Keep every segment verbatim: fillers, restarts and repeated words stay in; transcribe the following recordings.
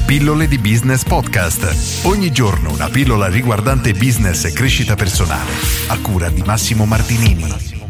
Pillole di Business Podcast. Ogni giorno una pillola riguardante business e crescita personale. A cura di Massimo Martinini.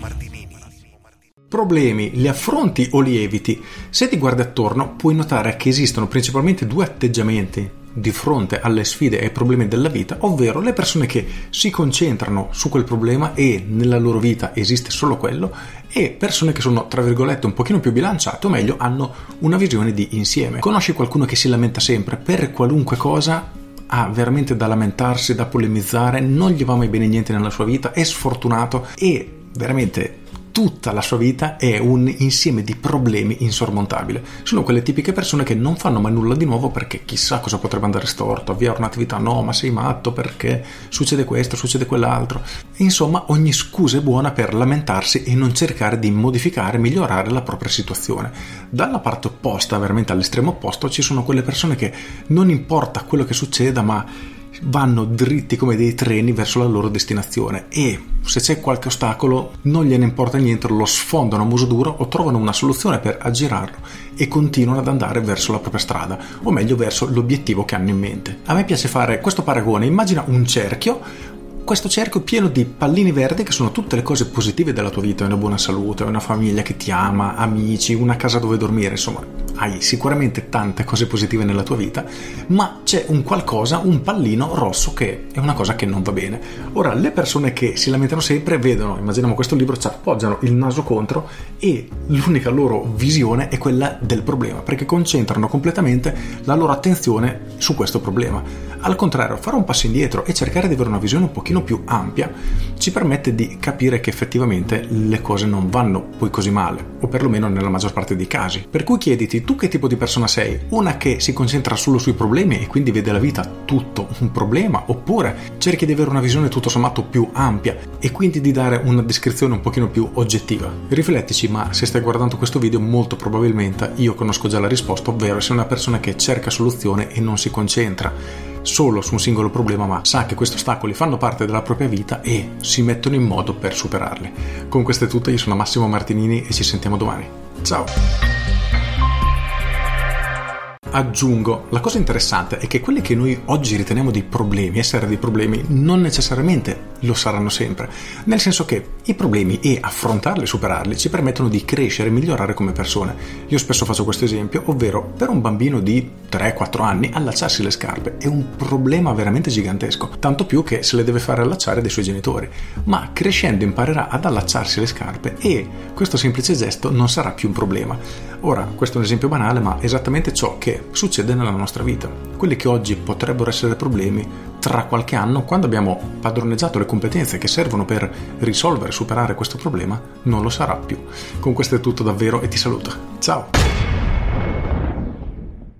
Problemi, li affronti o li eviti? Se ti guardi attorno puoi notare che esistono principalmente due atteggiamenti di fronte alle sfide e ai problemi della vita, ovvero le persone che si concentrano su quel problema e nella loro vita esiste solo quello, e persone che sono, tra virgolette, un pochino più bilanciate, o meglio, hanno una visione di insieme. Conosci qualcuno che si lamenta sempre per qualunque cosa? Ha veramente da lamentarsi, da polemizzare, non gli va mai bene niente nella sua vita, è sfortunato e veramente tutta la sua vita è un insieme di problemi insormontabile. Sono quelle tipiche persone che non fanno mai nulla di nuovo perché chissà cosa potrebbe andare storto, avviare un'attività, no ma sei matto perché succede questo, succede quell'altro. Insomma, ogni scusa è buona per lamentarsi e non cercare di modificare, migliorare la propria situazione. Dalla parte opposta, veramente all'estremo opposto, ci sono quelle persone che non importa quello che succeda, ma vanno dritti come dei treni verso la loro destinazione e se c'è qualche ostacolo non gliene importa niente, lo sfondano a muso duro o trovano una soluzione per aggirarlo e continuano ad andare verso la propria strada, o meglio verso l'obiettivo che hanno in mente. A me piace fare questo paragone: immagina un cerchio, questo cerchio pieno di pallini verdi che sono tutte le cose positive della tua vita, una buona salute, una famiglia che ti ama, amici, una casa dove dormire, insomma hai sicuramente tante cose positive nella tua vita, ma c'è un qualcosa, un pallino rosso che è una cosa che non va bene. Ora, le persone che si lamentano sempre vedono, immaginiamo questo libro, ci appoggiano il naso contro e l'unica loro visione è quella del problema, perché concentrano completamente la loro attenzione su questo problema. Al contrario, fare un passo indietro e cercare di avere una visione un pochino più ampia ci permette di capire che effettivamente le cose non vanno poi così male, o perlomeno nella maggior parte dei casi. Per cui chiediti: tu che tipo di persona sei? Una che si concentra solo sui problemi e quindi vede la vita tutto un problema, oppure cerchi di avere una visione tutto sommato più ampia e quindi di dare una descrizione un pochino più oggettiva? Riflettici, ma se stai guardando questo video molto probabilmente io conosco già la risposta, ovvero sei una persona che cerca soluzione e non si concentra solo su un singolo problema, ma sa che questi ostacoli fanno parte della propria vita e si mettono in modo per superarli. Con questo è tutto, io sono Massimo Martinini e ci sentiamo domani. Ciao! Aggiungo, la cosa interessante è che quelli che noi oggi riteniamo dei problemi, essere dei problemi, non necessariamente lo saranno sempre, nel senso che i problemi e affrontarli e superarli ci permettono di crescere e migliorare come persone. Io spesso faccio questo esempio, ovvero per un bambino di tre quattro anni allacciarsi le scarpe è un problema veramente gigantesco, tanto più che se le deve fare allacciare dai suoi genitori, ma crescendo imparerà ad allacciarsi le scarpe e questo semplice gesto non sarà più un problema. Ora, questo è un esempio banale, ma esattamente ciò che succede nella nostra vita. Quelli che oggi potrebbero essere problemi, tra qualche anno, quando abbiamo padroneggiato le competenze che servono per risolvere e superare questo problema, non lo sarà più. Con questo è tutto davvero e ti saluto. Ciao!